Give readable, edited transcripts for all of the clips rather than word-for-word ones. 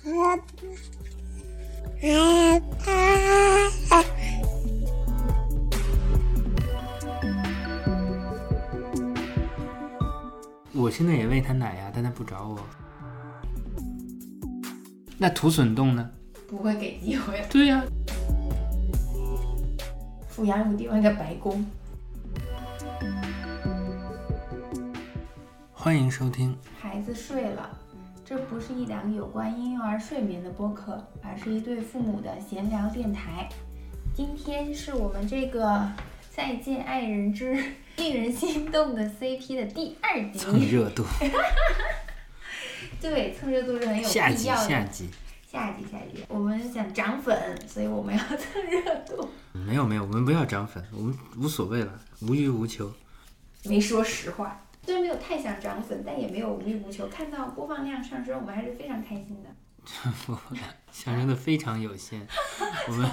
我现在也喂他奶呀，但他不找我。那土笋冻呢？ 不会给机会。 对呀。 阜阳有个地方叫白宫。 欢迎收听。 孩子睡了，这不是一档有关婴幼儿睡眠的播客，而是一对父母的闲聊电台。今天是我们这个再见爱人之令人心动的 CP 的第2集， 蹭热度。 对，蹭热度是很有必要的。下集，我们想涨粉，所以我们要蹭热度。 没有，我们不要涨粉，我们无所谓了，无欲无求。 没说实话，虽然没有太想涨粉，但也没有无欲无求。看到播放量上升，我们还是非常开心的。 播放量上升的非常有限。我们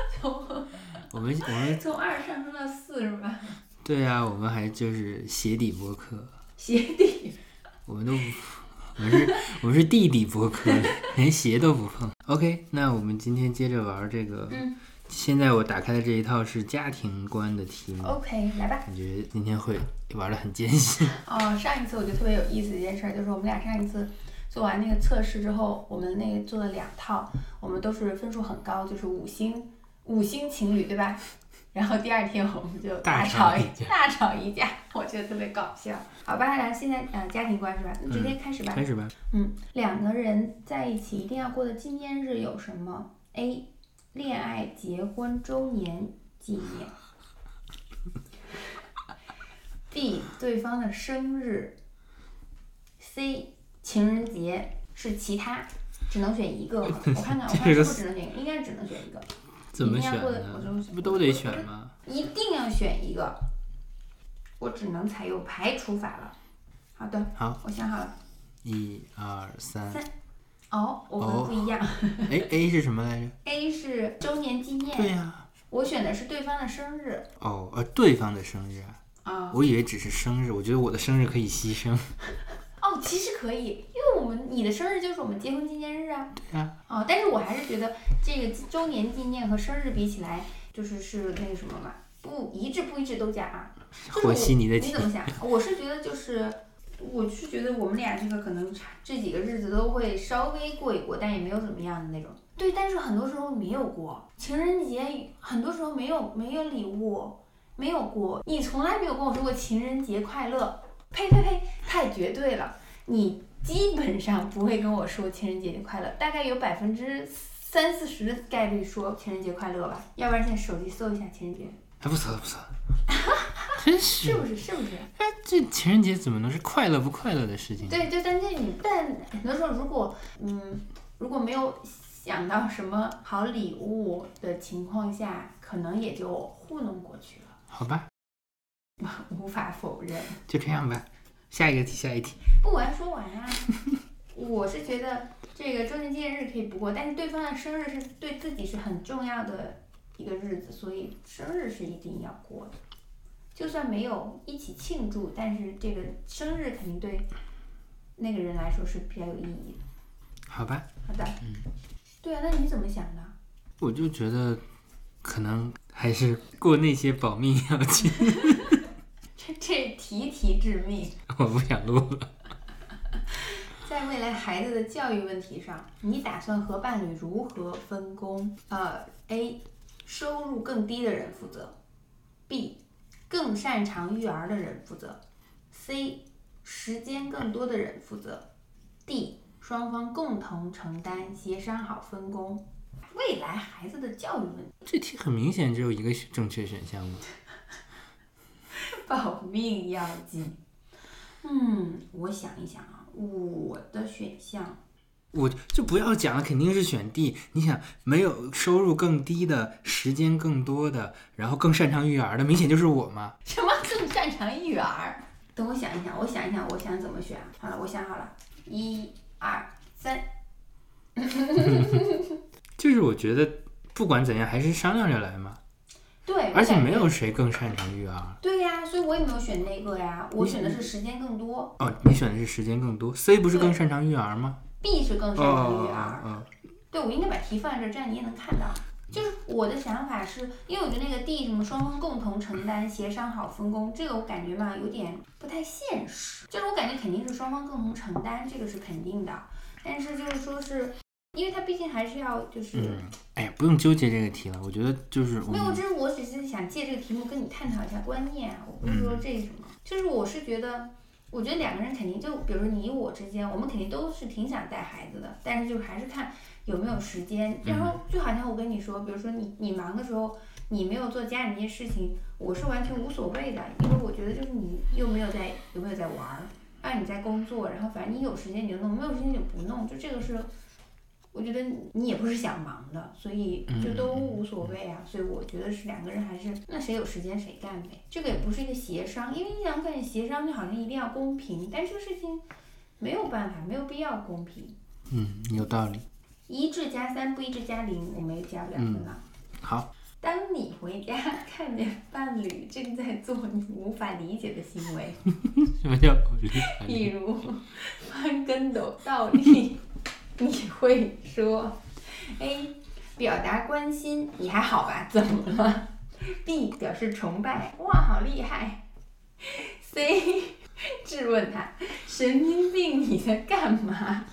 从2上升到4是吧？ 对啊，我们还就是鞋底播客。 鞋底。我们是地底播客，连鞋都不碰。OK， 那我们今天接着玩这个。现在我打开的这一套是家庭观的题目。 OK， 来吧。 感觉今天会玩得很艰辛。 上一次我觉得特别有意思的一件事，就是我们俩上一次做完那个测试之后，我们那个做了2套，我们都是分数很高，就是5星情侣，对吧？然后第2天我们就大吵一架，我觉得特别搞笑。好吧，然后现在家庭观是吧？直接开始吧。 开始吧。 2个人在一起一定要过的纪念日有什么 ？A. 恋爱结婚周年纪念。B. 对方的生日。C. 情人节是其他，只能选一个。我看是不是只能选一个？应该只能选一个。 怎么选呢？不都得选吗？ 一定要选一个，我只能采用排除法了。好的， 好， 我想好了。 1、2、3。 我们不一样。 A 是什么来着 ？A 是周年纪念。 对呀。我选的是对方的生日。 对方的生日啊。我以为只是生日，我觉得我的生日可以牺牲。 其实可以，因为你的生日就是我们结婚纪念日啊。 对啊。 但是我还是觉得这个周年纪念和生日比起来，是那个什么嘛，不一致都加啊。 和稀泥的题。 你怎么想？我是觉得我们俩这个可能这几个日子都会稍微过一过，但也没有怎么样的那种。对，但是很多时候没有过。情人节很多时候没有礼物，没有过。你从来没有跟我说过情人节快乐。呸，太绝对了。你基本上不会跟我说情人节快乐，大概有30-40%的概率说情人节快乐吧。要不然现在手机搜一下情人节。不错。 真是。 是不是？ 这情人节怎么能是快乐不快乐的事情？ 对，但很多时候如果没有想到什么好礼物的情况下，可能也就糊弄过去了。 好吧。 无法否认。 就这样吧。下一题。 不，我要说完啊。我是觉得这个周年纪念日可以不过，但是对方的生日是对自己是很重要的一个日子，所以生日是一定要过的。就算没有一起庆祝，但是这个生日肯定对那个人来说是比较有意义的。 好吧。 好的。对啊，那你怎么想的？ 我就觉得可能还是过那些保命要紧。 这题致命。 我不想录了。 在未来孩子的教育问题上，你打算和伴侣如何分工？A. 收入更低的人负责。B. 更擅长育儿的人负责。C. 时间更多的人负责。D. 双方共同承担，协商好分工。未来孩子的教育问题， 这题很明显只有一个正确选项嘛。 保命要紧。我想一想啊，我的选项， 我就不要讲了，肯定是选 D。你想，没有收入更低的，时间更多的，然后更擅长育儿的，明显就是我嘛。 什么更擅长育儿？等我想一想，我想怎么选。好了，我想好了，1、2、3。 就是我觉得不管怎样，还是商量着来嘛。 对， 而且没有谁更擅长育儿。 对呀，所以我也没有选那个呀，我选的是时间更多。 你选的是时间更多。C 不是更擅长育儿吗？ ，B 是更擅长于 R。对，我应该把题放在这儿，这样你也能看到。就是我的想法是，因为我觉得那个 D 什么双方共同承担、协商好分工，这个我感觉嘛有点不太现实。就是我感觉肯定是双方共同承担，这个是肯定的。但是就是说是，因为它毕竟还是要就是， 哎呀，不用纠结这个题了。我觉得就是没有，就是我只是想借这个题目跟你探讨一下观念啊，我不是说这什么，就是我是觉得。我觉得两个人肯定就，比如说你我之间，我们肯定都是挺想带孩子的，但是就还是看有没有时间。然后就好像我跟你说，比如说你忙的时候，你没有做家里那些事情，我是完全无所谓的，因为我觉得就是你有没有在玩儿，你在工作，然后反正你有时间你就弄，没有时间就不弄，就这个是。我觉得你也不是想忙的，所以就都无所谓啊。所以我觉得是两个人还是那谁有时间谁干呗。这个也不是一个协商，因为你想感觉协商就好像一定要公平，但这个事情没有办法，没有必要公平。 有道理。 一致加3不一致加0，我们也加不了分了。 好。 当你回家看见伴侣正在做你无法理解的行为， 什么叫无法理解？ 比如翻跟斗、倒立。你会说 A 表达关心，你还好吧？怎么了 ？B 表示崇拜，哇，好厉害。C 质问他，神经病，你在干嘛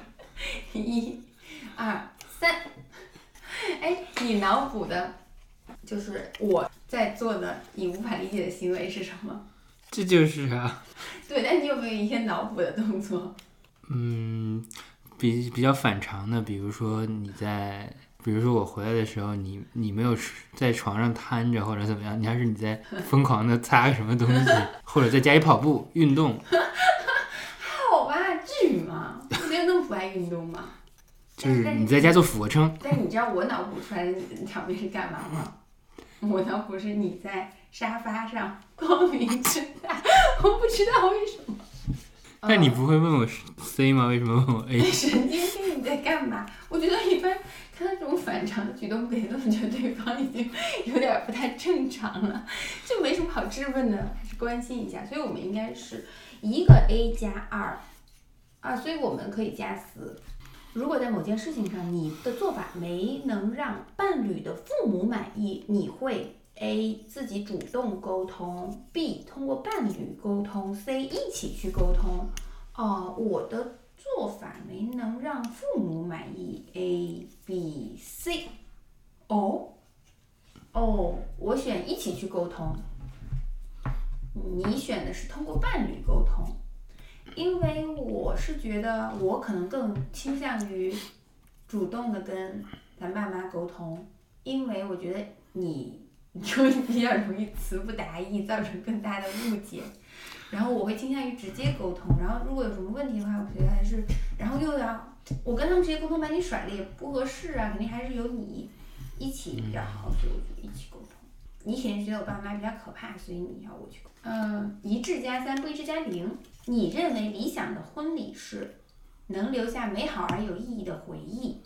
？1、2、3，你脑补的，就是我在做的你无法理解的行为是什么？ 这就是啊。 对，但你有没有一些脑补的动作？ 比较反常的，比如说我回来的时候，你没有在床上瘫着或者怎么样，你还是你在疯狂的擦什么东西，或者在家里跑步运动。 好吧，至于吗？没有那么不爱运动吗？ 就是你在家做俯卧撑。 但你知道我脑补出来的你的场面是干嘛吗？我脑补是你在沙发上光明正大，我不知道为什么。 那你不会问我 C 吗？为什么问我 A？ 神经病，你在干嘛？我觉得一般看到这种反常的举动，肯定都觉得对方已经有点不太正常了，就没什么好质问的，还是关心一下。所以我们应该是一个 A 加2，所以我们可以加4。如果在某件事情上你的做法没能让伴侣的父母满意，你会 A 自己主动沟通， B 通过伴侣沟通， C 一起去沟通。我的做法没能让父母满意 A B C。 我选一起去沟通，你选的是通过伴侣沟通。因为我是觉得我可能更倾向于主动的跟咱爸妈沟通，因为我觉得你就比较容易词不达意，造成更大的误解。然后我会倾向于直接沟通，然后如果有什么问题的话，我觉得还是，然后又要我跟他们直接沟通把你甩了也不合适啊，肯定还是由你一起比较好，所以我就一起沟通。你肯定觉得我爸妈比较可怕，所以你要我去沟通。一致加3不一致加0。你认为理想的婚礼是能留下美好而有意义的回忆，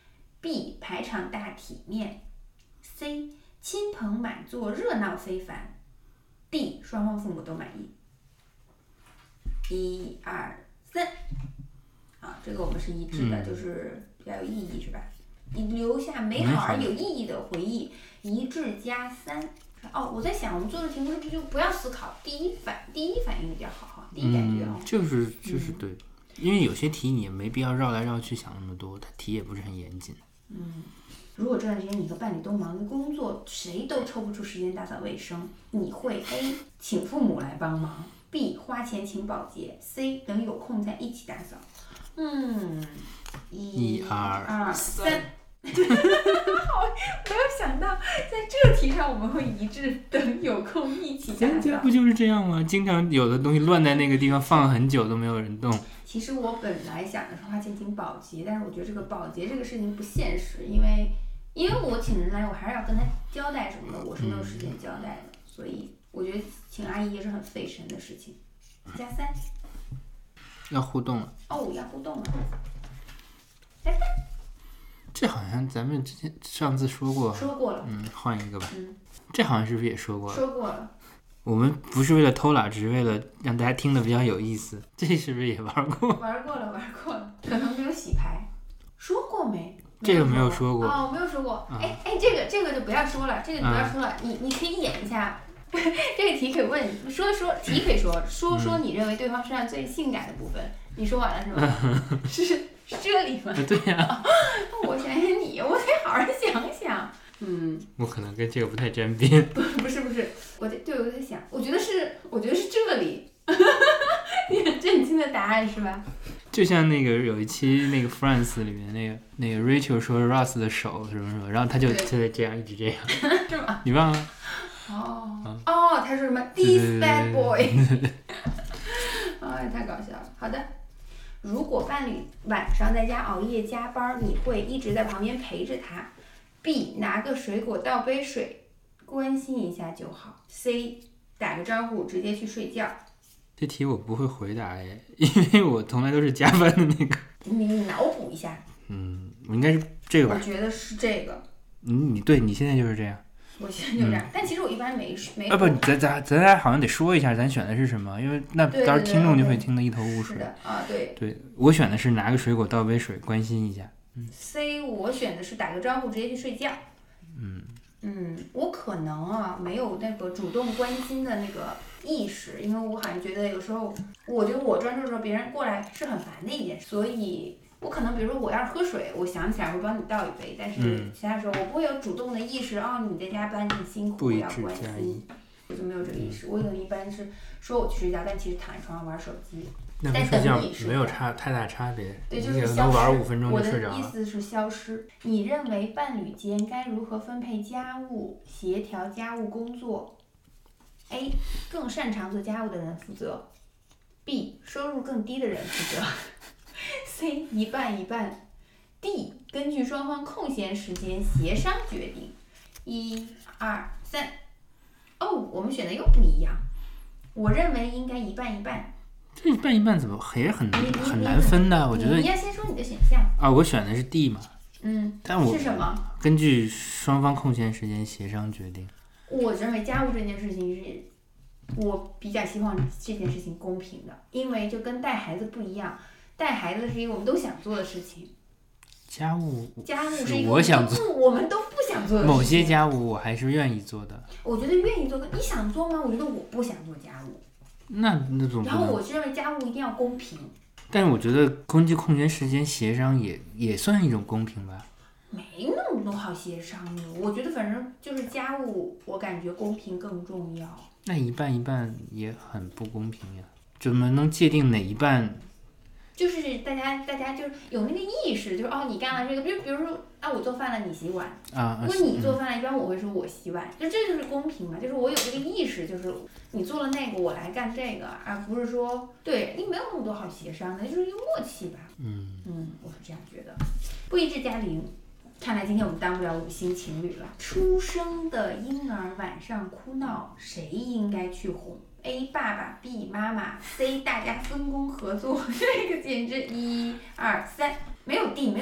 B 排场大体面， C 亲朋满座热闹非凡， D 双方父母都满意。1、2、3。这个我们是一致的，就是比较有意义是吧？你留下美好而有意义的回忆，一致加3。我在想我们做的题目是不是就不要思考，第一反应比较好哈，第一感觉就是对，因为有些题你也没必要绕来绕去想那么多，它题也不是很严谨。 如果这段时间你和伴侣都忙于工作，谁都抽不出时间打扫卫生，你会 A 请父母来帮忙， B 花钱请保洁， C 等有空再一起打扫。1、2、3。没有想到在这个题上我们会一致，等有空一起打扫。 人家不就是这样吗？经常有的东西乱在那个地方放很久都没有人动。 其实我本来想的是花钱请保洁，但是我觉得这个保洁这个事情不现实，因为我请人来，我还是要跟他交代什么的，我是没有时间交代的，所以我觉得请阿姨也是很费神的事情。加3。 要互动了。 要互动了。来吧。 这好像咱们上次说过了。 换一个吧。这好像是不是也说过了？ 说过了。 我们不是为了偷懒，只是为了让大家听得比较有意思。这是不是也玩过？ 玩过了，可能没有洗牌，说过没？ 这个没有说过哦，没有说过。这个就不要说了，这个就不要说了。你可以演一下。这个题可以问你说题可以说你认为对方身上最性感的部分。你说完了是吗？是这里吗？ 对呀。 我想想你，我得好好想想。 我可能跟这个不太沾边。 不是，我在想，我觉得是这里。你很震惊的答案是吧？ 就像那个有一期那个 Friends 里面那个 Rachel 说 Ross 的手什么什么，然后他就这样一直这样。 是吗？ 你忘了？ 他说什么 This bad boy。哎，太搞笑了。好的。如果伴侣晚上在家熬夜加班，你会一直在旁边陪着他。B 拿个水果倒杯水，关心一下就好。C 打个招呼直接去睡觉。 这题我不会回答耶，因为我从来都是加班的那个。 你脑补一下。 我应该是这个吧？ 我觉得是这个。 你现在就是这样。 我现在就这样，但其实我一般没。 不，咱俩好像得说一下咱选的是什么，因为那到时候听众就会听得一头雾水。 是的啊，对。 对，我选的是拿个水果倒杯水，关心一下。 C 我选的是打个招呼直接去睡觉。我可能没有那个主动关心的那个意识，因为我好像觉得有时候，我觉得我专注的时候，别人过来是很烦的一件事，所以我可能比如说我要是喝水，我想起来会帮你倒一杯，但是其他时候我不会有主动的意识，你在加班你辛苦，我要关心，我就没有这个意识。我可能一般是说我去睡觉，但其实躺在床上玩手机。 那跟睡觉没有太大差别， 对，就是能玩5分钟就睡着了。 我的意思是消失。你认为伴侣间该如何分配家务，协调家务工作 ？A 更擅长做家务的人负责 ，B 收入更低的人负责，C 一半一半 ，D 根据双方空闲时间协商决定。1、2、3，我们选的又不一样。我认为应该一半一半。 这一半一半怎么也很难分的？我觉得你要先说你的选项啊，我选的是 D 嘛。但我是什么？ 根据双方空闲时间协商决定。 我认为家务这件事情是，我比较希望这件事情公平的，因为就跟带孩子不一样，带孩子是一个我们都想做的事情。 家务是一个我想做， 我们都不想做的事情。 某些家务我还是愿意做的。 我觉得愿意做的，你想做吗？我觉得我不想做家务。 那种。 然后我是认为家务一定要公平。 但是我觉得根据空闲时间协商也算一种公平吧。 没那么多好协商的，我觉得反正就是家务，我感觉公平更重要。 那一半一半也很不公平呀，怎么能界定哪一半？ 就是大家就是有那个意识，就是你干了这个，比如说我做饭了，你洗碗如果你做饭了，一般我会说我洗碗，这就是公平嘛，就是我有这个意识，就是你做了那个，我来干这个，而不是说对你没有那么多好协商的，就是一个默契吧。我是这样觉得。不一致加0，看来今天我们当不了5星情侣了。出生的婴儿晚上哭闹，谁应该去哄？A 爸爸 B 妈妈 C 大家分工合作这个简直1、2、3没有 D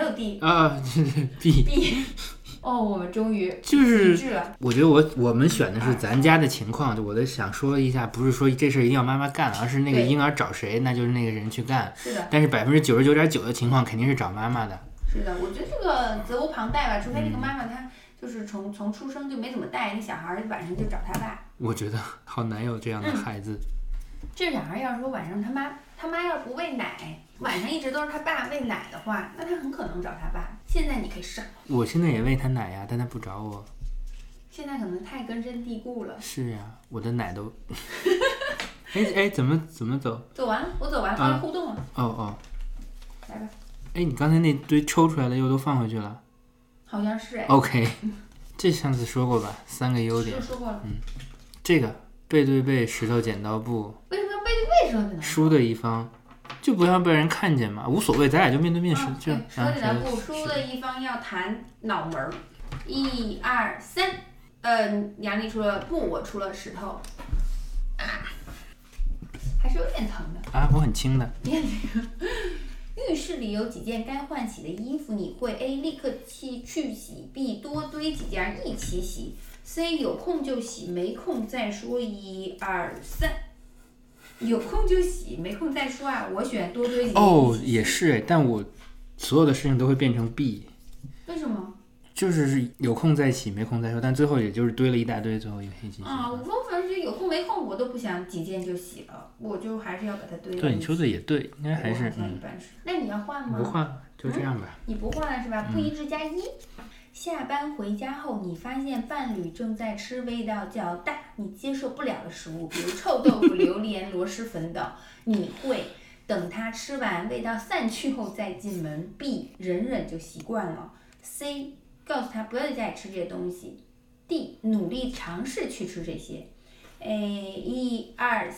B 我们终于一致了。 我觉得我们选的是咱家的情况，就我想说一下，不是说这事一定要妈妈干，而是那个婴儿找谁，那就是那个人去干。 是的。 但是99.9%的情况肯定是找妈妈的。 是的，我觉得这个责无旁贷吧，除非这个妈妈她就是从出生就没怎么带，那小孩晚上就找他爸。 我觉得好难有这样的孩子。 这小孩要说晚上他妈要不喂奶，晚上一直都是他爸喂奶的话，那他很可能找他爸。现在你可以上。我现在也喂他奶呀，但他不找我。 现在可能太根深蒂固了。 是呀，我的奶都怎么走？ 走完了，我走完了，互动了。来吧。 你刚才那堆抽出来的又都放回去了？ 好像是 OK， 这上次说过吧？3个优点。 说过了。 这个背对背石头剪刀布。 为什么要背对背石头剪刀布？ 输的一方就不要被人看见嘛，无所谓，咱俩就面对面石就。石头剪刀布，输的一方要弹脑门。1、2、3。杨丽出了布，我出了石头。还是有点疼的。 我很轻的。 浴室里有几件该换洗的衣服，你会 A 立刻去洗 B 多堆几件一起洗 C 有空就洗没空再说。1、2、3，有空就洗没空再说啊，我选多堆几件。 也是但我所有的事情都会变成必。 为什么？ 就是有空再起，没空再说，但最后也就是堆了一大堆，最后一个黑机器。 啊，我反正有空没空我都不想几件就洗了，我就还是要把它堆在一起。 对，你说的也对，应该还是一般是。那你要换吗？ 不换了，就这样吧。 你不换了是吧？不一致加1。下班回家后，你发现伴侣正在吃味道较大、你接受不了的食物，比如臭豆腐、榴莲、螺蛳粉等，你会等他吃完，味道散去后再进门 ？B. 忍忍就习惯了。C. 告诉他不要在家里吃这些东西。D. 努力尝试去吃这些。1、2、3，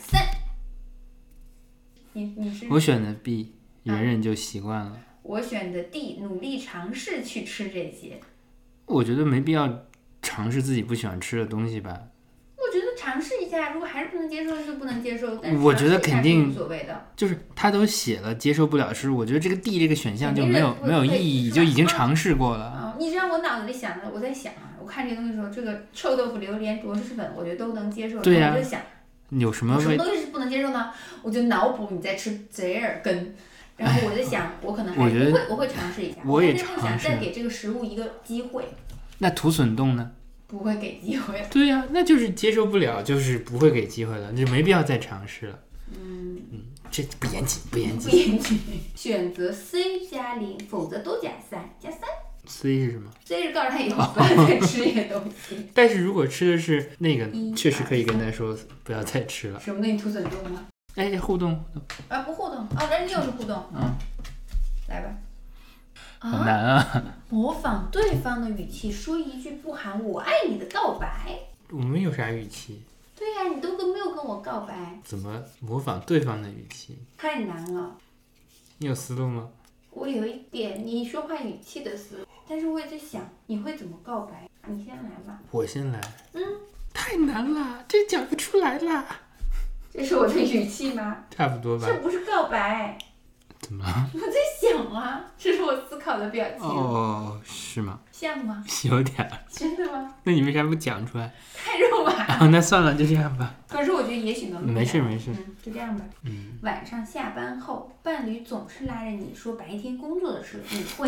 你是？ 我选的 B， 忍忍就习惯了。 我选的 D， 努力尝试去吃这些。 我觉得没必要尝试自己不喜欢吃的东西吧。 我觉得尝试一下，如果还是不能接受就不能接受。但是我觉得肯定无所谓的。 就是他都写了接受不了吃，我觉得这个 D 这个选项就没有意义，就已经尝试过了。 你知道我脑子里想的，我在想啊，我看这个东西的时候，这个臭豆腐、榴莲、螺蛳粉，我觉得都能接受。 对呀。 我就想， 有什么东西是不能接受呢？我就脑补你在吃折耳根。然后我在想，我可能还我会尝试一下， 我也尝试，想再给这个食物一个机会。 那土笋冻呢？ 不会给机会。 对呀，那就是接受不了，就是不会给机会了，就没必要再尝试了。这不严谨，不严谨。 选择 C 加0，否则都加3，加3。 C 是什么 ？C 是告诉他以后不要再吃这些东西。 但是如果吃的是那个，确实可以跟他说不要再吃了。 什么东西？土笋冻吗？ 哎，互动。 啊，不互动啊，人家又是互动。来吧。 好难啊！ 模仿对方的语气说一句不含我爱你的告白。 我们有啥语气？ 对呀，你都没有跟我告白。 怎么模仿对方的语气？ 太难了。 你有思路吗？ 我有一点你说话语气的思路，但是我也在想你会怎么告白。你先来吧。 我先来。太难了，这讲不出来啦。 这是我的语气吗？ 差不多吧。 这不是告白。 怎么了？ 我在想啊，这是我思考的表情。 哦，是吗？ 像吗？ 有点。 真的吗？ 那你为啥不讲出来？ 太肉麻了。 那算了，就这样吧。 可是我觉得也许能。 没事。 就这样吧。晚上下班后，伴侣总是拉着你说白天工作的事，你会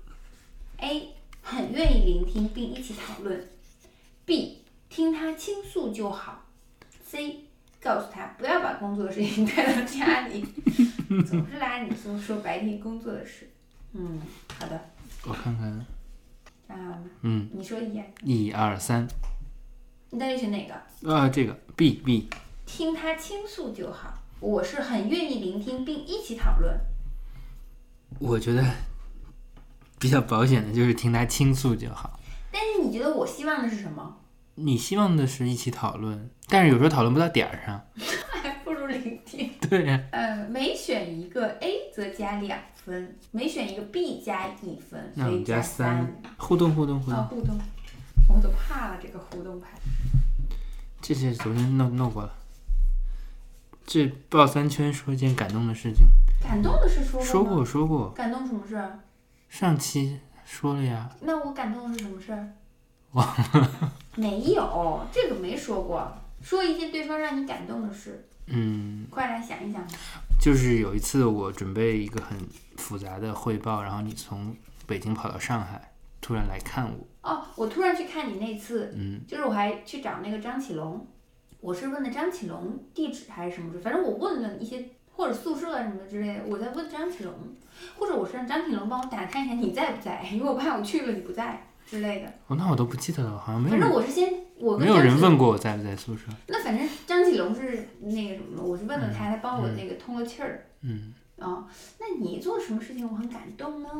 A 很愿意聆听并一起讨论 ，B 听他倾诉就好 ，C 告诉他不要把工作的事情带到家里，总是拉着你说白天工作的事。好的。 我看看。 你说1。 1、2、3。 你到底选哪个？ 这个 B。 听他倾诉就好。我是很愿意聆听并一起讨论。 我觉得比较保险的就是听他倾诉就好。 但是你觉得我希望的是什么？ 你希望的是一起讨论，但是有时候讨论不到点儿上。 还不如聆听。 对呀。 每选一个 A 则加2分，每选一个 B 加1分， 那我们加 3。 互动。 互动。我都怕了这个互动牌。 这是昨天弄过了。这抱3圈说一件感动的事情。 感动的事说过吗？ 说过。 感动什么事？ 上期说了呀。 那我感动的是什么事？ 忘了。 没有，这个没说过。说一件对方让你感动的事。快来想一想。 就是有一次我准备一个很复杂的汇报，然后你从北京跑到上海，突然来看我。 我突然去看你那次，就是我还去找那个张启龙，我是问的张启龙地址还是什么，反正我问了一些或者宿舍什么之类的，我在问张启龙，或者我是让张启龙帮我打探一下你在不在，因为我怕我去了你不在之类的。 那我都不记得了，好像没有。 反正我是没有人问过我在不在宿舍。 那反正张启龙是那个什么，我是问了他，他帮我那个通了气儿。那你做什么事情我很感动呢？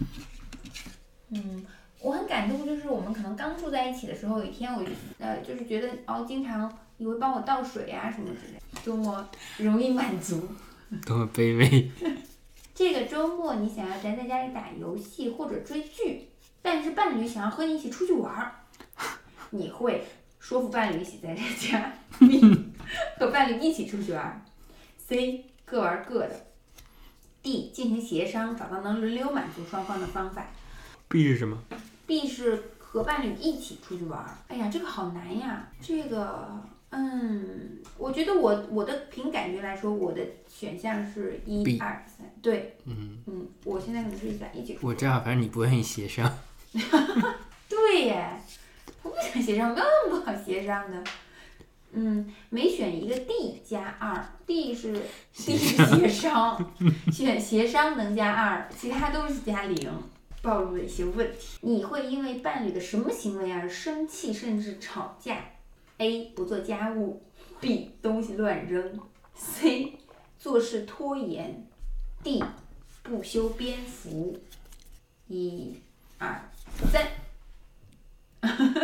我很感动，就是我们可能刚住在一起的时候，有一天我就是觉得经常你会帮我倒水啊什么之类的，多么容易满足， 多么卑微。 这个周末你想要宅在家里打游戏或者追剧，但是伴侣想要和你一起出去玩，你会说服伴侣一起待在家 ，B 和伴侣一起出去玩 ，C 各玩各的 ，D 进行协商，找到能轮流满足双方的方法。 B 是什么？ B 是和伴侣一起出去玩。哎呀，这个好难呀！这个我觉得我的凭感觉来说，我的选项是1、2、3，对，我现在可能是119。 我知道，反正你不愿意协商。 对耶，我不想协商，没有那么不好协商的。每选一个 D 加2，D 是协商，选协商能加2，其他都是加0，暴露了一些问题。你会因为伴侣的什么行为而生气甚至吵架 ？A. 不做家务 ，B. 东西乱扔 ，C. 做事拖延 ，D. 不修边幅。1、2、3。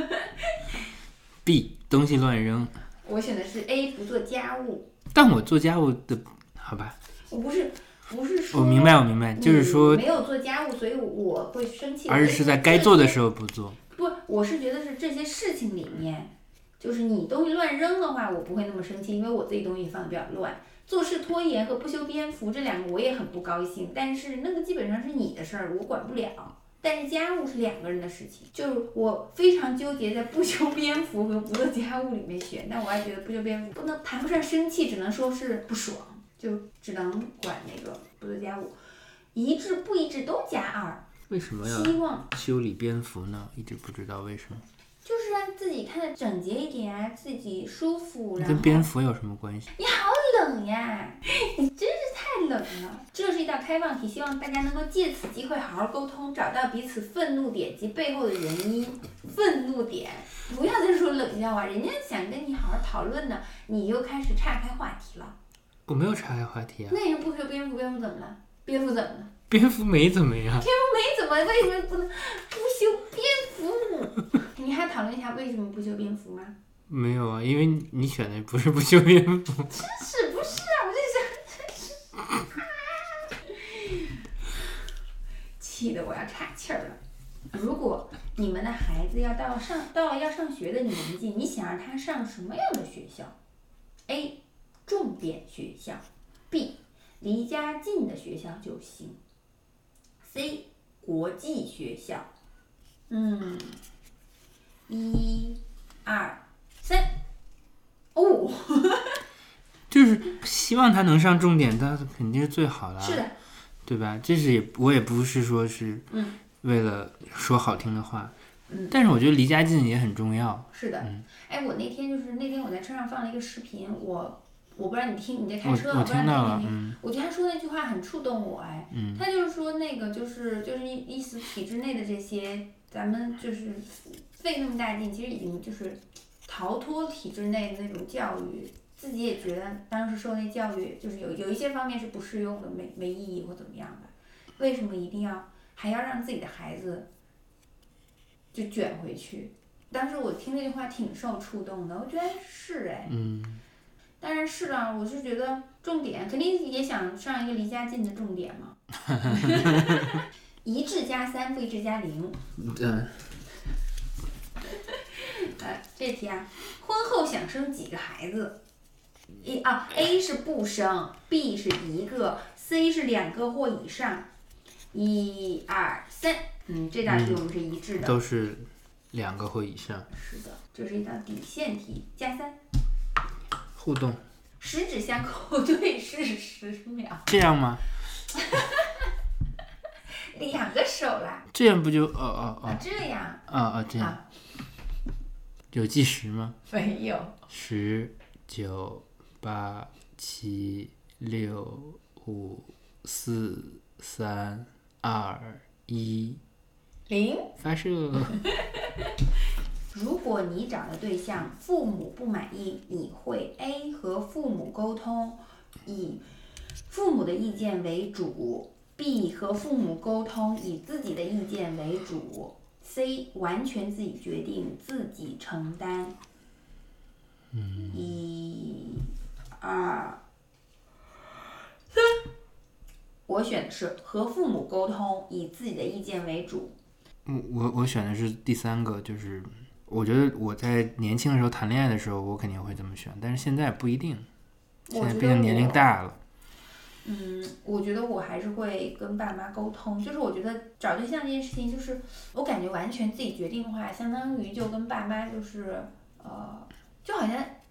B 东西乱扔。 我选的是 A 不做家务， 但我做家务的，好吧。 我不是说。 我明白，就是说没有做家务，所以我会生气。 而是在该做的时候不做。 不，我是觉得是这些事情里面，就是你东西乱扔的话，我不会那么生气，因为我自己东西放的比较乱。做事拖延和不修边幅这两个我也很不高兴，但是那个基本上是你的事儿，我管不了。但是家务是2个人的事情，就是我非常纠结在不修边幅和不做家务里面选，但我还觉得不修边幅谈不上生气，只能说是不爽，就只能管那个不做家务。一致不一致都加2。 为什么要修理边幅呢？一直不知道为什么。 就是让自己看得整洁一点啊，自己舒服。 跟边幅有什么关系？ 你好冷呀，你真是太冷了。这是一道开放题，希望大家能够借此机会好好沟通，找到彼此愤怒点及背后的原因。愤怒点，不要再说冷笑话，人家想跟你好好讨论呢，你又开始岔开话题了。 我没有岔开话题啊。 那人不修边幅，边幅怎么了？边幅怎么了？ 边幅没怎么样。 边幅没怎么，为什么不能不修边幅？你还讨论一下为什么不修边幅吗？ 没有啊，因为你选的不是不修边幅。 真是不是啊？我就想，真是，气得我要岔气儿了。如果你们的孩子到了要上学的年纪，你想让他上什么样的学校 ？A. 重点学校 B. 离家近的学校就行 C. 国际学校。1、2、3。哦， 就是希望他能上重点，他肯定是最好的。 是的， 对吧？这是我也不是说是为了说好听的话，但是我觉得离家近也很重要。 是的，我那天我在车上放了一个视频，我不知道你在开车， 我听到了， 我觉得他说那句话很触动我，他就是说那个就是意思体制内的这些，咱们就是费那么大劲，其实已经就是逃脱体制内的那种教育，自己也觉得当时受那教育就是有一些方面是不适用的，没意义或怎么样的，为什么一定还要让自己的孩子就卷回去？当时我听这句话挺受触动的，我觉得是当然是了，我是觉得重点肯定也想上一个离家近的重点嘛。一致加3，不一致加0。这题啊，婚后想生几个孩子？A 是不生 ，B 是1个 ，C 是2个或以上。1、2、3，这道题我们是一致的， 都是2个或以上。 是的，这是一道底线题，加3。 互动， 十指相扣对视10秒。 这样吗 ？2个手啦。 这样不就这样。 这样。有计时吗？ 没有。 10、9、8、7、6、5、4、3、2、1， 0。 发射。 如果你找的对象父母不满意，你会 A 和父母沟通，以父母的意见为主 ；B 和父母沟通，以自己的意见为主 ；C 完全自己决定，自己承担。1、2、3。我选的是和父母沟通，以自己的意见为主。 我选的是第3个，就是我觉得我在年轻的时候谈恋爱的时候，我肯定会这么选，但是现在不一定。现在毕竟年龄大了。 我觉得我还是会跟爸妈沟通，就是我觉得找对象这件事情，就是我感觉完全自己决定的话，相当于就跟爸妈就是就好像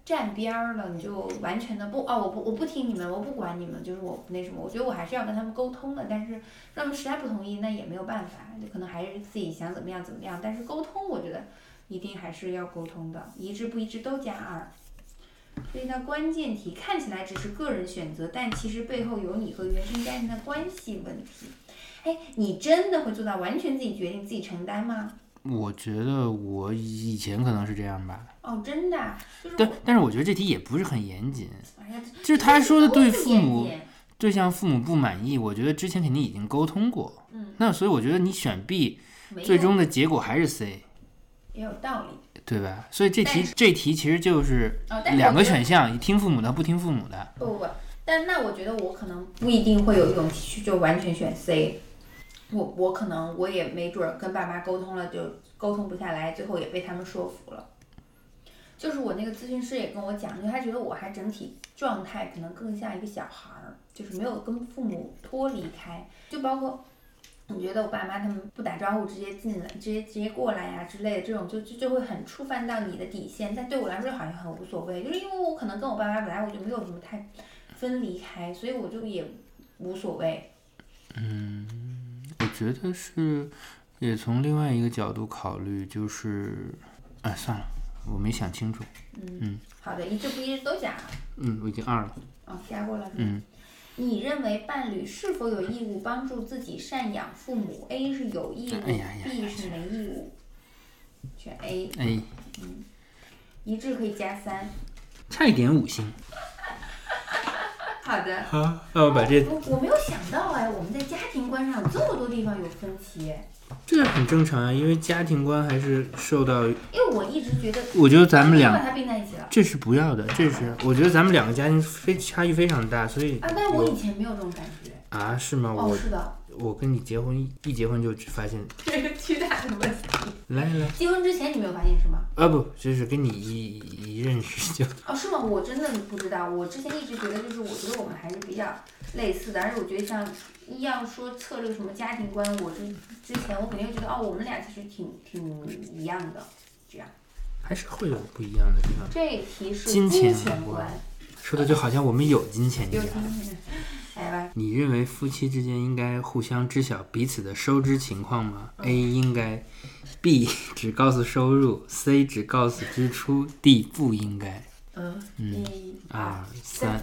站边儿了，你就完全的我不听你们，我不管你们，就是我那什么，我觉得我还是要跟他们沟通的，但是他们实在不同意，那也没有办法，就可能还是自己想怎么样怎么样，但是沟通我觉得一定还是要沟通的，一致不一致都加2。所以呢，关键题看起来只是个人选择，但其实背后有你和原生家庭的关系问题。哎，你真的会做到完全自己决定、自己承担吗？ 我觉得我以前可能是这样吧。 哦，真的啊，就是但是我觉得这题也不是很严谨。 哎呀， 就是他说的对父母都不严谨对象父母不满意，我觉得之前肯定已经沟通过。那所以我觉得你选 B， 没有最终的结果还是 C， 也有道理。 对吧？所以这题其实就是两个选项，听父母的不听父母的。 不，但那我觉得我可能不一定会有勇气去就完全选 C。我可能我也没准跟爸妈沟通了，就沟通不下来，最后也被他们说服了。就是我那个咨询师也跟我讲，就他觉得我还整体状态可能更像一个小孩儿，就是没有跟父母脱离开，就包括我觉得我爸妈他们不打招呼直接进来，直接过来呀之类的，这种就会很触犯到你的底线，但对我来说好像很无所谓，就是因为我可能跟我爸妈本来我就没有什么太分离开，所以我就也无所谓。 我觉得是也从另外一个角度考虑，就是算了，我没想清楚。 好的，一致不一致都加了。 我已经2了。 哦，加过了是吗？你认为伴侣是否有义务帮助自己赡养父母 ？A 是有义务，B 是没义务。选 A。一致可以加3。 差一点5星。 好的。 好，那我把这我没有想到我们在家庭观上有这么多地方有分歧。 这很正常啊，因为家庭观还是受到。因为我一直觉得。 我觉得咱们俩把它并在一起了。 这是不要的，这是我觉得咱们两个家庭差异非常大，所以。 但我以前没有这种感觉。 啊，是吗？ 是的。 我跟你结婚一结婚就发现这个巨大的问题。 来， 结婚之前你没有发现是吗？ 不，就是跟你一认识就。 是吗？我真的不知道，我之前一直觉得就是我觉得我们还是比较类似的，而且我觉得像要说测这个什么家庭观，我之前我肯定会觉得我们俩其实挺一样的，这样。 还是会有不一样的地方。 这题是金钱观， 说的就好像我们有金钱一样。 来吧。 你认为夫妻之间应该互相知晓彼此的收支情况吗？A 应该 ，B 只告诉收入 ，C 只告诉支出 ，D 不应该。 1、2、3。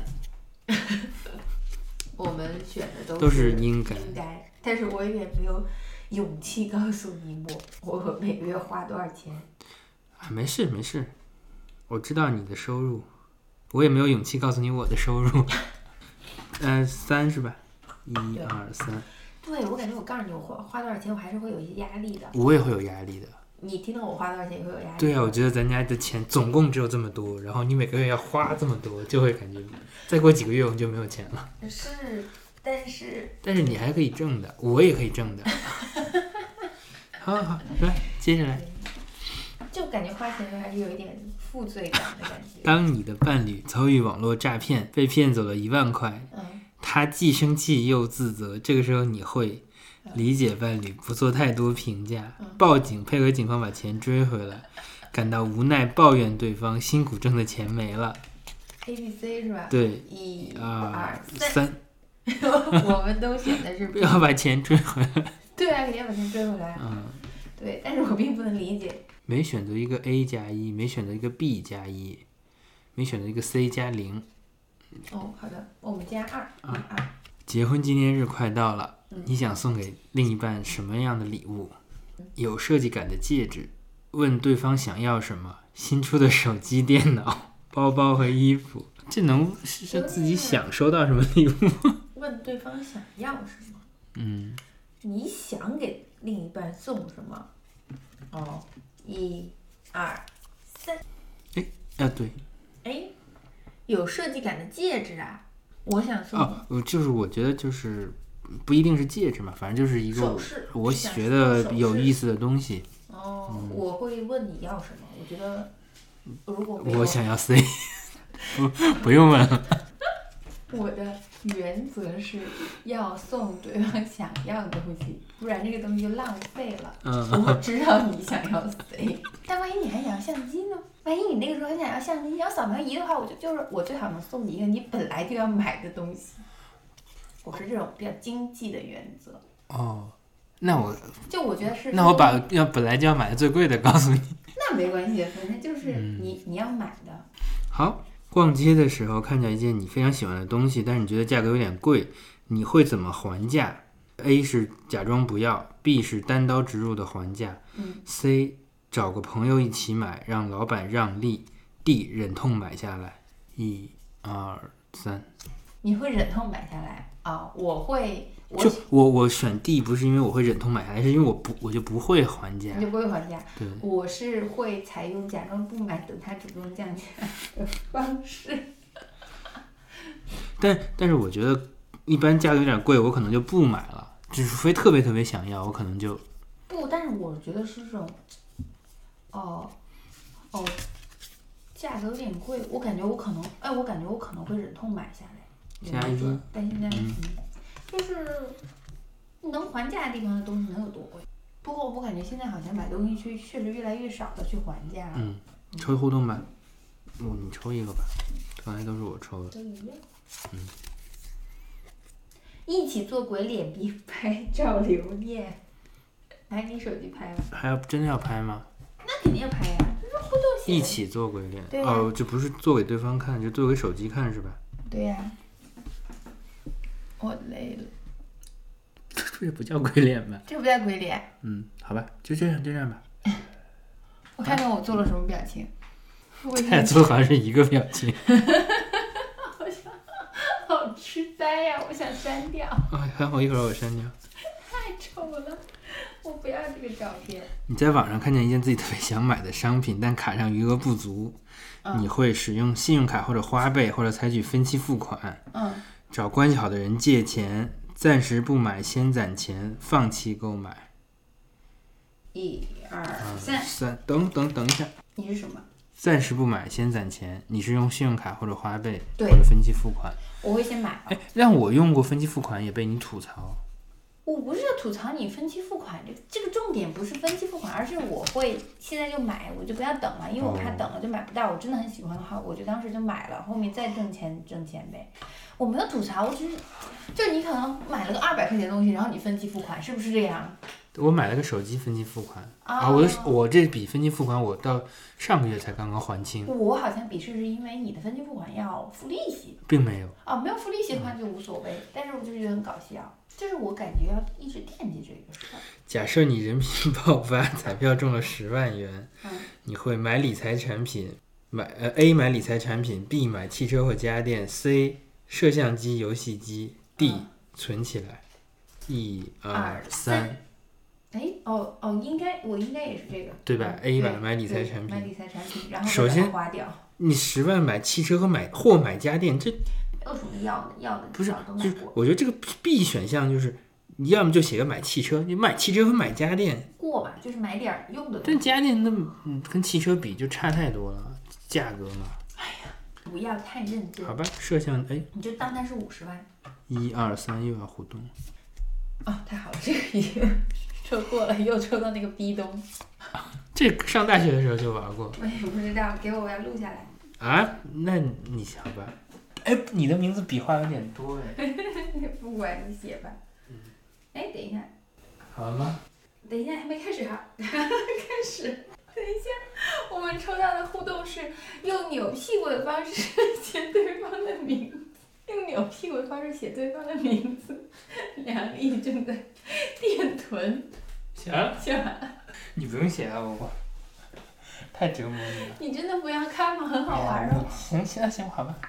我们选的都是应该， 但是我也没有勇气告诉你我每个月花多少钱。 没事，我知道你的收入，我也没有勇气告诉你我的收入。3是吧？1、2、3。 对，我感觉我告诉你我花多少钱，我还是会有一些压力的。 我也会有压力的。 你听到我花多少钱也会有压力。 对啊，我觉得咱家的钱总共只有这么多，然后你每个月要花这么多，就会感觉再过几个月我们就没有钱了。 是，但是你还可以挣的，我也可以挣的。好，来，接下来。 就感觉花钱的时候还是有一点负罪感的感觉。 当你的伴侣遭遇网络诈骗，被骗走了1万块，他既生气又自责，这个时候你会理解伴侣，不做太多评价，报警配合警方把钱追回来，感到无奈抱怨对方辛苦挣的钱没了。 ABC 是吧？ 对。 1、2、3。我们都选的是不要把钱追回来。 对啊，肯定要把钱追回来。对，但是我并不能理解。 没选择一个 A 加1，没选择一个 B 加1，没选择一个 C 加0。 好的，我们加2。 结婚纪念日快到了，你想送给另一半什么样的礼物？有设计感的戒指，问对方想要什么，新出的手机、电脑、包包和衣服。这能是自己想收到什么礼物？ 问对方想要什么？你想给另一半送什么？1、2、3。对。有设计感的戒指啊，我想送。 就是我觉得就是不一定是戒指嘛，反正就是一个我觉得有意思的东西。 我会问你要什么？我觉得如果我想要 C。不用问了。 我的原则是要送对方想要的东西，不然这个东西就浪费了。我知道你想要谁，但万一你还想要相机呢？万万一你那个时候很想要相机，你要扫描仪的话，就是我最好能送你一个你本来就要买的东西。我是这种比较经济的原则。 哦，那我觉得是。 那我把本来就要买的最贵的告诉你。 那没关系，反正就是你要买的。 好，逛街的时候看见一件你非常喜欢的东西，但是你觉得价格有点贵，你会怎么还价？A 是假装不要 ，B 是单刀直入的还价，C 找个朋友一起买，让老板让利 ，D 忍痛买下来。1、2、3。 你会忍痛买下来啊？我会。 我选 D 不是因为我会忍痛买下来，是因为我就不会还价。 你就不会还价？ 对。 我是会采用假装不买，等他主动降价的方式。 但是我觉得一般价格有点贵，我可能就不买了，除非特别特别想要，我可能就不。但是我觉得是这种，价格有点贵，我感觉我可能会忍痛买下来。 加1。 但现在就是能还价的地方的东西能有多贵？不过我感觉现在好像买东西确实越来越少的去还价了。 抽互动吧。你抽一个吧，刚才都是我抽的。 都一样。一起做鬼脸比拍照留念，拿你手机拍吧。 还要真的要拍吗？ 那肯定要拍呀，这是互动型。 一起做鬼脸。 对呀。 这不是做给对方看，就做给手机看是吧？ 对呀。我累了。 这不叫鬼脸吧？ 这不叫鬼脸。 好吧，就这样吧。 我看看我做了什么表情。 他俩做好像是一个表情。 好痴呆呀！我想删掉。 还好，一会儿我删掉。 太丑了，我不要这个照片。 你在网上看见一件自己特别想买的商品，但卡上余额不足，你会使用信用卡或者花呗，或者采取分期付款。找关系好的人借钱，暂时不买，先攒钱，放弃购买。 1、2、3。 等一下。 你是什么？ 暂时不买，先攒钱。你是用信用卡或者花呗或者分期付款？ 我会先买。 让我用过分期付款也被你吐槽。 我不是要吐槽你分期付款，这个重点不是分期付款，而是我会现在就买，我就不要等了，因为我怕等了就买不到。我真的很喜欢的话，我就当时就买了，后面再挣钱呗。我没有吐槽，我只是就你可能买了个200块钱的东西，然后你分期付款，是不是这样？ 我买了个手机分期付款我这笔分期付款我到上个月才刚刚还清。 我好像鄙视是因为你的分期付款要付利息， 并没有。 没有付利息的话就无所谓，但是我就觉得很搞笑，就是我感觉要一直惦记这个事儿。 假设你人品爆发，彩票中了10万元，你会买理财产品，A 买理财产品 ，B 买汽车或家电 ，C 摄像机、游戏机 ，D 存起来。1、2、3。 我应该也是这个， 对吧？A 买理财产品， 买理财产品，然后首先花掉。 你10万买汽车和买家电，这有什么要的？ 不是，就是我觉得这个 B 选项就是你要么就写个买汽车，你买汽车和买家电过吧，就是买点用的。 但家电跟汽车比就差太多了，价格嘛。 哎呀，不要太认真。 好吧，摄像你就当它是50万。 1、2、3又要互动。 太好了，这个已经抽过了，又抽到那个逼东。 这上大学的时候就玩过。 我也不知道，给我要录下来。 那你好吧。你的名字笔画有点多不管你写吧。等一下。 好了吗？ 等一下，还没开始哈。开始。等一下，我们抽到的互动是用扭屁股的方式写对方的名字。用扭屁股的方式写对方的名字。梁丽正在电臀。 写完了。 写完了。 你不用写了，我太折磨你了。 你真的不要看吗？很好玩哦。 行，好吧。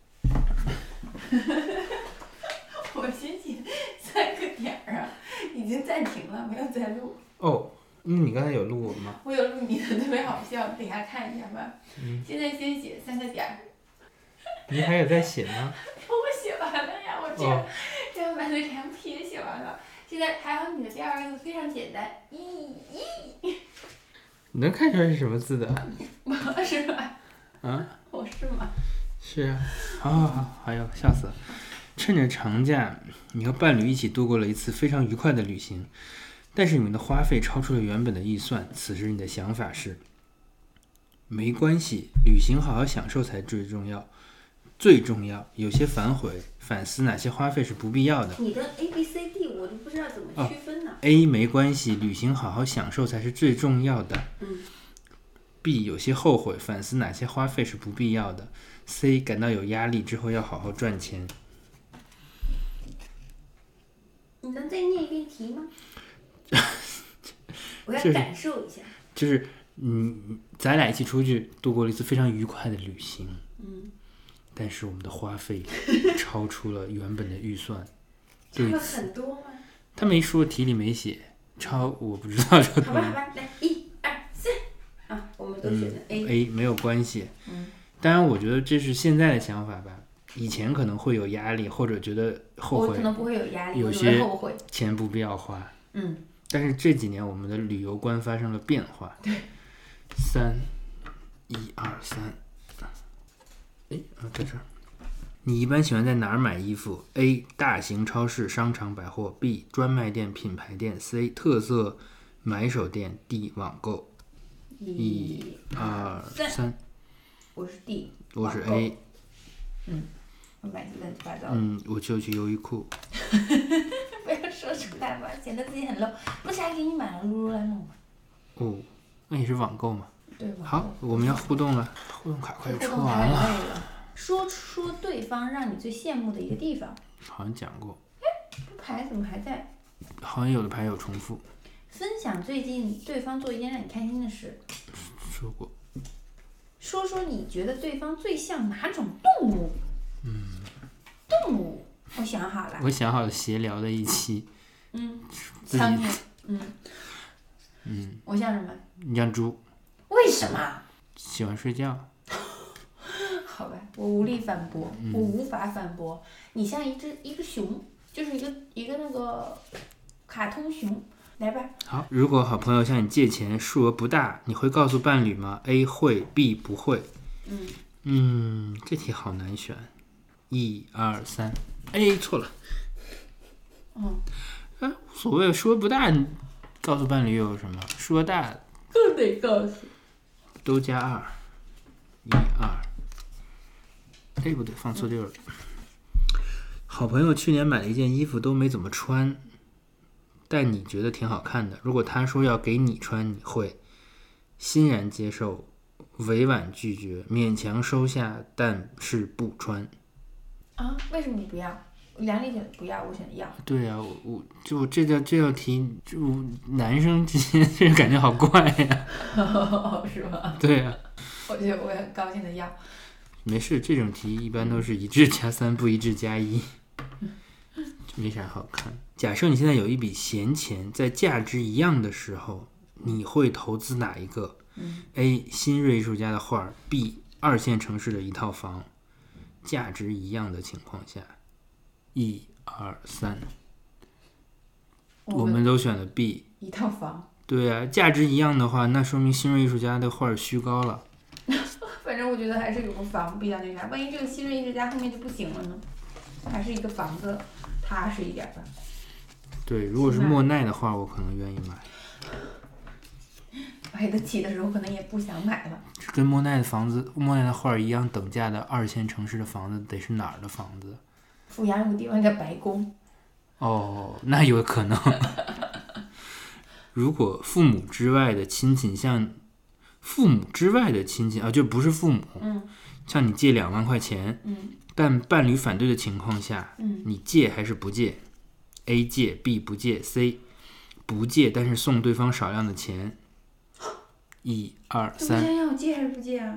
我先写3个点啊，已经暂停了，没有再录。 你刚才有录我吗？ 我有录你的，特别好笑，等一下看一下吧。现在先写3个点。 你还有在写吗？ 我写完了呀，我这样把那2撇写完了。现在还有你的第2个字非常简单，你能看出来是什么字的？ 是吧？我是吗？ 是啊。好，哎呦，笑死了。趁着长假，你和伴侣一起度过了一次非常愉快的旅行，但是你们的花费超出了原本的预算。此时你的想法是： 没关系，旅行好好享受才最重要。最重要，有些反悔，反思哪些花费是不必要的。 你的 A、B、C、D 我都不知道怎么区分呢。 A 没关系，旅行好好享受才是最重要的。B 有些后悔，反思哪些花费是不必要的。C 感到有压力，之后要好好赚钱。 你能再念一遍题吗？我要感受一下。 就是咱俩一起出去度过了一次非常愉快的旅行。但是我们的花费超出了原本的预算。 超了很多吗？ 他没说，题里没写。我不知道这好吧，来1、2、3啊，我们都选的 A 没有关系。当然我觉得这是现在的想法吧。以前可能会有压力，或者觉得后悔。 我可能不会有压力， 有些后悔钱不必要花。 但是这几年我们的旅游观发生了变化。对，1、2、3。在这儿。你一般喜欢在哪儿买衣服 ？A. 大型超市、商场、百货 B. 专卖店、品牌店 C. 特色买手店 D. 网购。1、2、3。 我是 D。 我是 A。 我买的乱七八糟。 我就去优衣库。 不要说出来吧，显得自己很 low。不是还给你买了 Lululemon 吗？ 那也是网购嘛。 对。 好，我们要互动了，互动卡快抽完了。 说对方让你最羡慕的一个地方。 好像讲过。 这牌怎么还在？ 好像有的牌有重复。 分享最近对方做一件让你开心的事。 说过。 说说你觉得对方最像哪种动物？动物，我想好了。 我想好了，闲聊的一期。 苍蝇。我像什么？ 你像猪。 为什么？ 喜欢睡觉。 好吧，我无力反驳，我无法反驳。你像一个熊，就是一个那个卡通熊，来吧。 好，如果好朋友向你借钱，数额不大，你会告诉伴侣吗 ？A 会 ，B 不会。这题好难选。1、2、3。A 错了。无所谓，数额不大，你告诉伴侣有什么？数额大更得告诉。 都加2。1、2。不对，放错地儿了。好朋友去年买了一件衣服都没怎么穿，但你觉得挺好看的。如果他说要给你穿，你会欣然接受、委婉拒绝、勉强收下，但是不穿。 为什么你不要？梁丽选不要，我选要。 对啊，我这道题，就男生之间这感觉好怪呀。 是吗？ 对啊。 我觉得我很高兴的要。 没事，这种题一般都是一致加3，不一致加1，没啥好看。假设你现在有一笔闲钱，在价值一样的时候，你会投资哪一个？A. 新锐艺术家的画 B. 2线城市的一套房。价值一样的情况下，1、2、3，我们都选了 B。 一套房。对啊，价值一样的话，那说明新锐艺术家的画虚高了。 反正我觉得还是有个房比较那啥，万一这个新锐艺术家后面就不行了呢？还是一个房子踏实一点吧。 对，如果是莫奈的话，我可能愿意买。 买得起的时候可能也不想买了。 跟莫奈的画一样等价的2线城市的房子得是哪儿的房子？ 阜阳有个地方叫白宫。 那有可能。如果父母之外的亲戚就不是父母，向你借2万块钱，但伴侣反对的情况下，你借还是不借 ？A 借 B 不借 C 不借，但是送对方少量的钱。1、2、3。 不想要借还是不借啊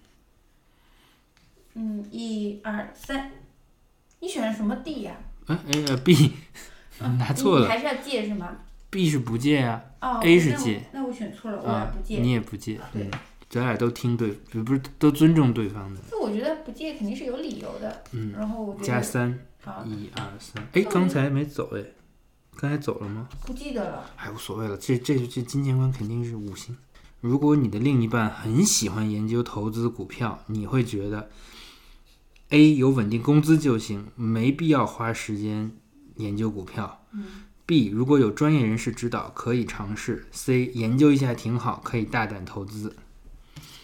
？1、2、3。你选了什么 D 呀 ？B。拿错了。 你还是要借是吗？ B 是不借啊。A 是借。 那我选错了，我俩不借。 你也不借。对。咱俩都听对，不是都尊重对方的。 那我觉得不借肯定是有理由的。然后我觉得加3。1、2、3。刚才没走刚才走了吗？ 不记得了。 无所谓了，这金钱观肯定是5星。如果你的另一半很喜欢研究投资股票，你会觉得 A 有稳定工资就行，没必要花时间研究股票。B 如果有专业人士指导可以尝试。C 研究一下挺好，可以大胆投资。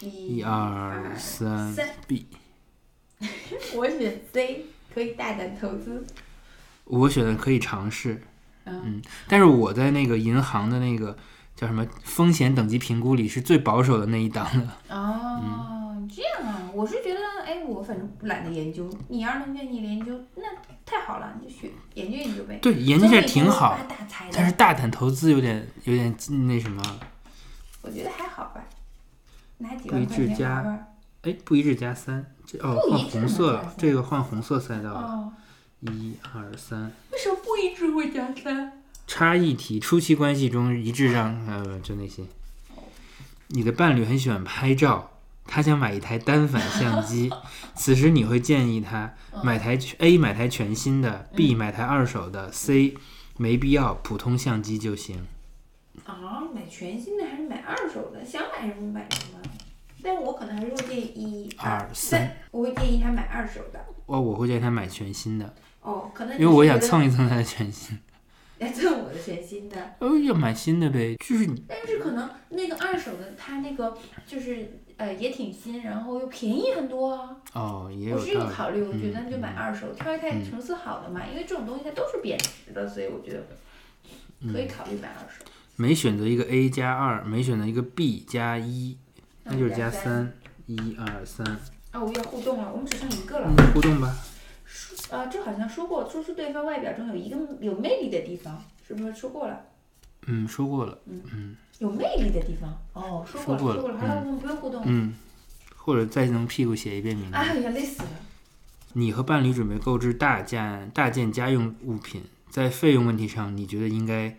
1、2、3 B。 我选 C， 可以大胆投资。 我选的可以尝试。但是我在那个银行的那个叫什么风险等级评估里是最保守的那一档的。 这样啊，我是觉得，我反正懒得研究。你要是能愿意研究，那太好了，你就研究研究呗。 对，研究下挺好，但是大胆投资有点那什么。 我觉得还好吧，拿几不一万块钱致加玩玩。 不一致加3，换红色了，这个换红色赛道了。1、2、3。 为什么不一致会加3？ 差异题，初期关系中一致让就那些。你的伴侣很喜欢拍照，他想买一台单反相机，此时你会建议他买台 A 买台全新的，B 买台二手的，C 没必要，普通相机就行。 买全新的还是买二手的？想买什么买什么。但我可能还是会建议1、2、3，我会建议他买二手的。 我会建议他买全新的。 可能因为我想蹭一蹭他的全新。 来蹭我的全新的。 要买新的呗，就是你。 但是可能那个二手的，它那个就是也挺新，然后又便宜很多啊。 也有道理。 我是这个考虑，我觉得就买二手，挑一台成色好的嘛，因为这种东西它都是贬值的，所以我觉得可以考虑买二手。 每选择一个 A 加2，每选择一个 B 加1，那就是加3。1、2、3。 我要互动了，我们只剩一个了。 互动吧。 这好像说过，说出对方外表中有一个有魅力的地方，是不是说过了？ 说过了。 有魅力的地方。说过了。好了，我们不用互动了。 或者再用屁股写一遍名字。 哎呀，累死了。 你和伴侣准备购置大件家用物品，在费用问题上，你觉得应该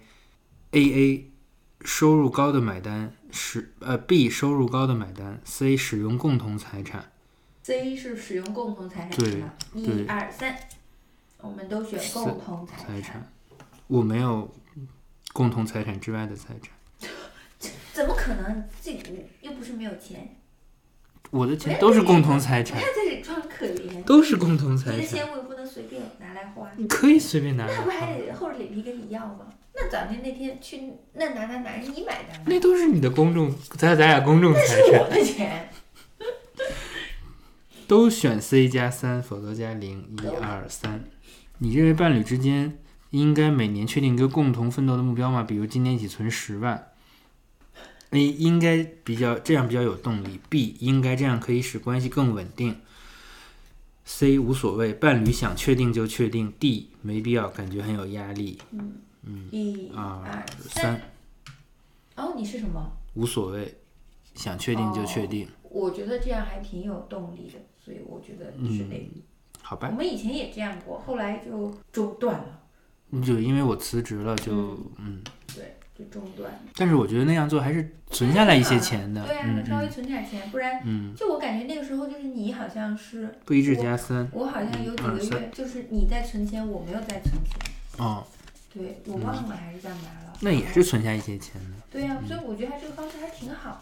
AA 收入高的买单，B 收入高的买单，C 使用共同财产。 C 是使用共同财产是吧？1、2、3，我们都选共同财产。 我没有共同财产之外的财产。 怎么可能？这又不是没有钱。 我的钱都是共同财产。 不要在这里装可怜。 都是共同财产。 你的钱我也不能随便拿来花。 你可以随便拿来花。 那不还得厚着脸皮跟你要吗？那早年那天去那拿是你买的吗？ 那都是你的公众，咱俩公众财产。 那是我的钱。 都选 C 加3，否则加0。1、2、3。你认为伴侣之间应该每年确定一个共同奋斗的目标吗？比如今年一起存10万。A 应该这样比较有动力。B 应该这样可以使关系更稳定。C 无所谓，伴侣想确定就确定。D 没必要，感觉很有压力。 1、2、3。你是什么？ 无所谓，想确定就确定。 我觉得这样还挺有动力的，所以我觉得是 A。 好吧。 我们以前也这样过，后来就中断了。 就因为我辞职了，就对，就中断。 但是我觉得那样做还是存下来一些钱的。 对啊，稍微存点钱，不然就我感觉那个时候就是你好像是不一致加3。 我好像有几个月就是你在存钱，我没有在存钱。对，我忘了还是干嘛了。 那也是存下一些钱的。 对呀，所以我觉得他这个方式还挺好。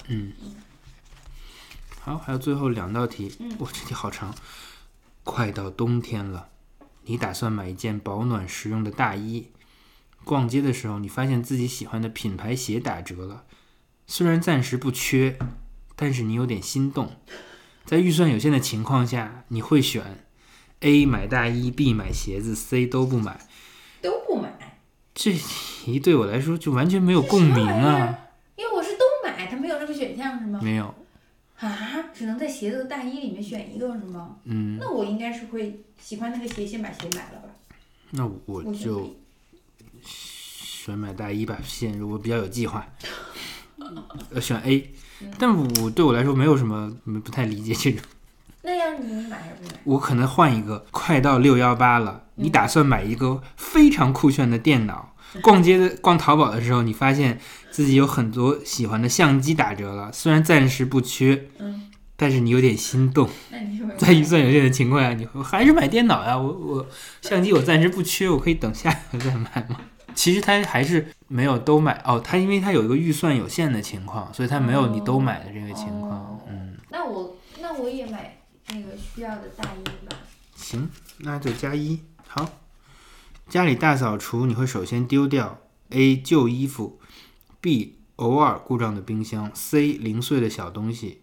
好，还有最后2道题。这题好长。快到冬天了，你打算买一件保暖实用的大衣。逛街的时候，你发现自己喜欢的品牌鞋打折了，虽然暂时不缺，但是你有点心动。在预算有限的情况下，你会选 A 买大衣， B 买鞋子， C 都不买。 都不买。 这题对我来说就完全没有共鸣啊。 因为我是都买，它没有这个选项是吗？ 没有。 只能在鞋子和大衣里面选一个是吗？那我应该是会喜欢那个鞋，先把鞋买了吧。 那我就选买大衣吧，我比较有计划。选 A。但对我来说没有什么不太理解这种。 那样你买还是不买？ 我可能换一个。快到618了，你打算买一个非常酷炫的电脑。逛淘宝的时候，你发现自己有很多喜欢的相机打折了，虽然暂时不缺，但是你有点心动。在预算有限的情况下，你还是买电脑呀。我相机我暂时不缺，我可以等下一个再买嘛。其实他还是没有都买他因为他有一个预算有限的情况，所以他没有你都买的这个情况。 那我也买那个需要的大衣吧。 行，那就加1。好。家里大扫除，你会首先丢掉 A 旧衣服， B 偶尔故障的冰箱， C 零碎的小东西，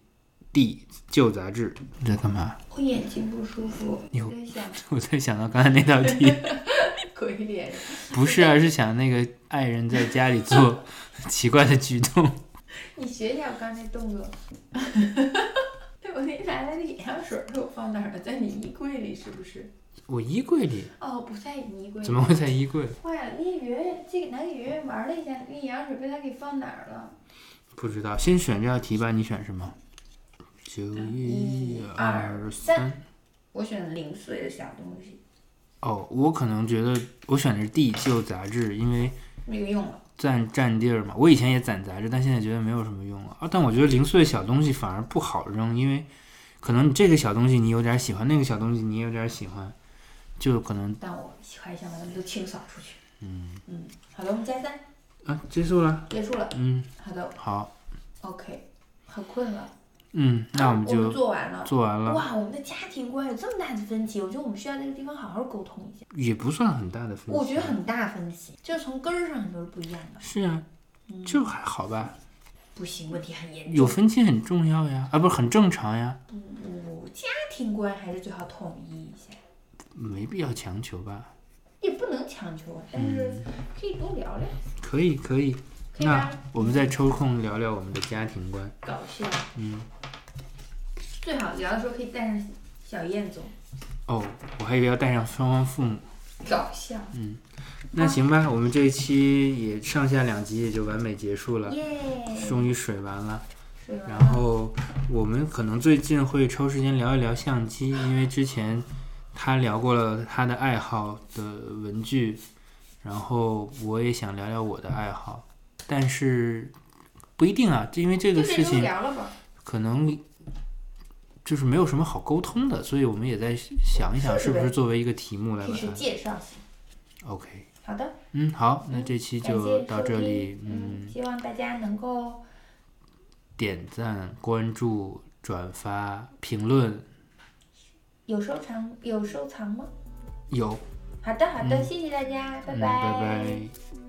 地旧杂志。你在干嘛？ 我眼睛不舒服， 有在想我在想到刚才那道题。 鬼脸。 不是啊，是想那个爱人在家里做奇怪的举动。 你学一下我刚才那动作。对，我那拿来的眼药水给我放哪儿了？在你衣柜里是不是？ 我衣柜里？ 哦，不在你衣柜里。 怎么会在衣柜？ 坏了，那圆圆这个拿给圆圆玩了一下，那眼药水被他给放哪儿了？ 不知道。先选这道题吧，你选什么？9、1、2、3。 我选零碎的小东西。 哦，我可能觉得我选的是地旧杂志，因为没有用了。 占地儿嘛。我以前也攒杂志，但现在觉得没有什么用了啊。但我觉得零碎的小东西反而不好扔，因为可能你这个小东西你有点喜欢，那个小东西你也有点喜欢，就可能。 但我还想把它们都清扫出去。好的，我们加3。 啊，结束了。 结束了。好的。 好。 OK， 好困了。 那我们就做完了。 做完了。 哇，我们的家庭观有这么大的分歧，我觉得我们需要在这个地方好好沟通一下。 也不算很大的分歧。 我觉得很大分歧，就是从根儿上都是不一样的。 是啊，就还好吧。 不行，问题很严重。 有分歧很重要呀，不是很正常呀。 家庭观还是最好统一一下。 没必要强求吧。 也不能强求，但是可以多聊聊。 可以。 可以那我们再抽空聊聊我们的家庭观。 搞笑。最好聊的时候可以带上小燕总。 哦，我还以为要带上双方父母。 搞笑。 那行吧，我们这一期也上下2集也就完美结束了。终于水完了。然后我们可能最近会抽时间聊一聊相机，因为之前他聊过了他的爱好的文具，然后我也想聊聊我的爱好，但是不一定啊，因为这个事情可能就是没有什么好沟通的，所以我们也在想一想是不是作为一个题目来把它介绍。 OK。 好的。 好，那这期就到这里。 希望大家能够点赞、关注、转发、评论。 有收藏吗？ 有。 好的，谢谢大家，拜拜。 拜拜。